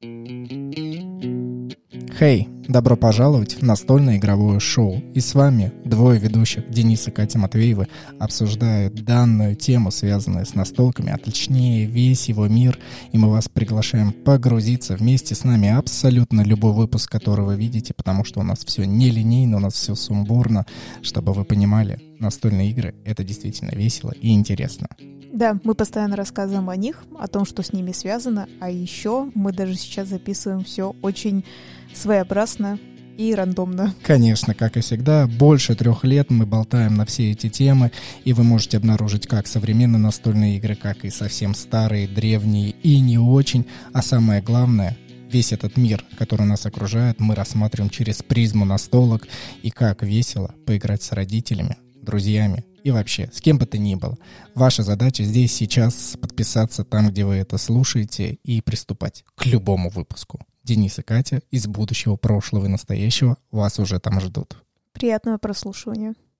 Хей, добро пожаловать в настольное игровое шоу. И с вами двое ведущих, Денис и Катя Матвеевы, обсуждают данную тему, связанную с настолками, а точнее весь его мир. И мы вас приглашаем погрузиться вместе с нами абсолютно любой выпуск, который вы видите, потому что у нас все нелинейно, у нас все сумбурно. Чтобы вы понимали, настольные игры — это действительно весело и интересно. Да, мы постоянно рассказываем о них, о том, что с ними связано, а еще мы даже сейчас записываем все очень своеобразно и рандомно. Конечно, как и всегда, больше 3 лет мы болтаем на все эти темы, и вы можете обнаружить как современные настольные игры, как и совсем старые, древние и не очень, а самое главное — весь этот мир, который нас окружает, мы рассматриваем через призму настолок, и как весело поиграть с родителями, друзьями и вообще с кем бы то ни было. Ваша задача здесь сейчас подписаться там, где вы это слушаете, и приступать к любому выпуску. Денис и Катя из будущего, прошлого и настоящего вас уже там ждут. Приятного прослушивания.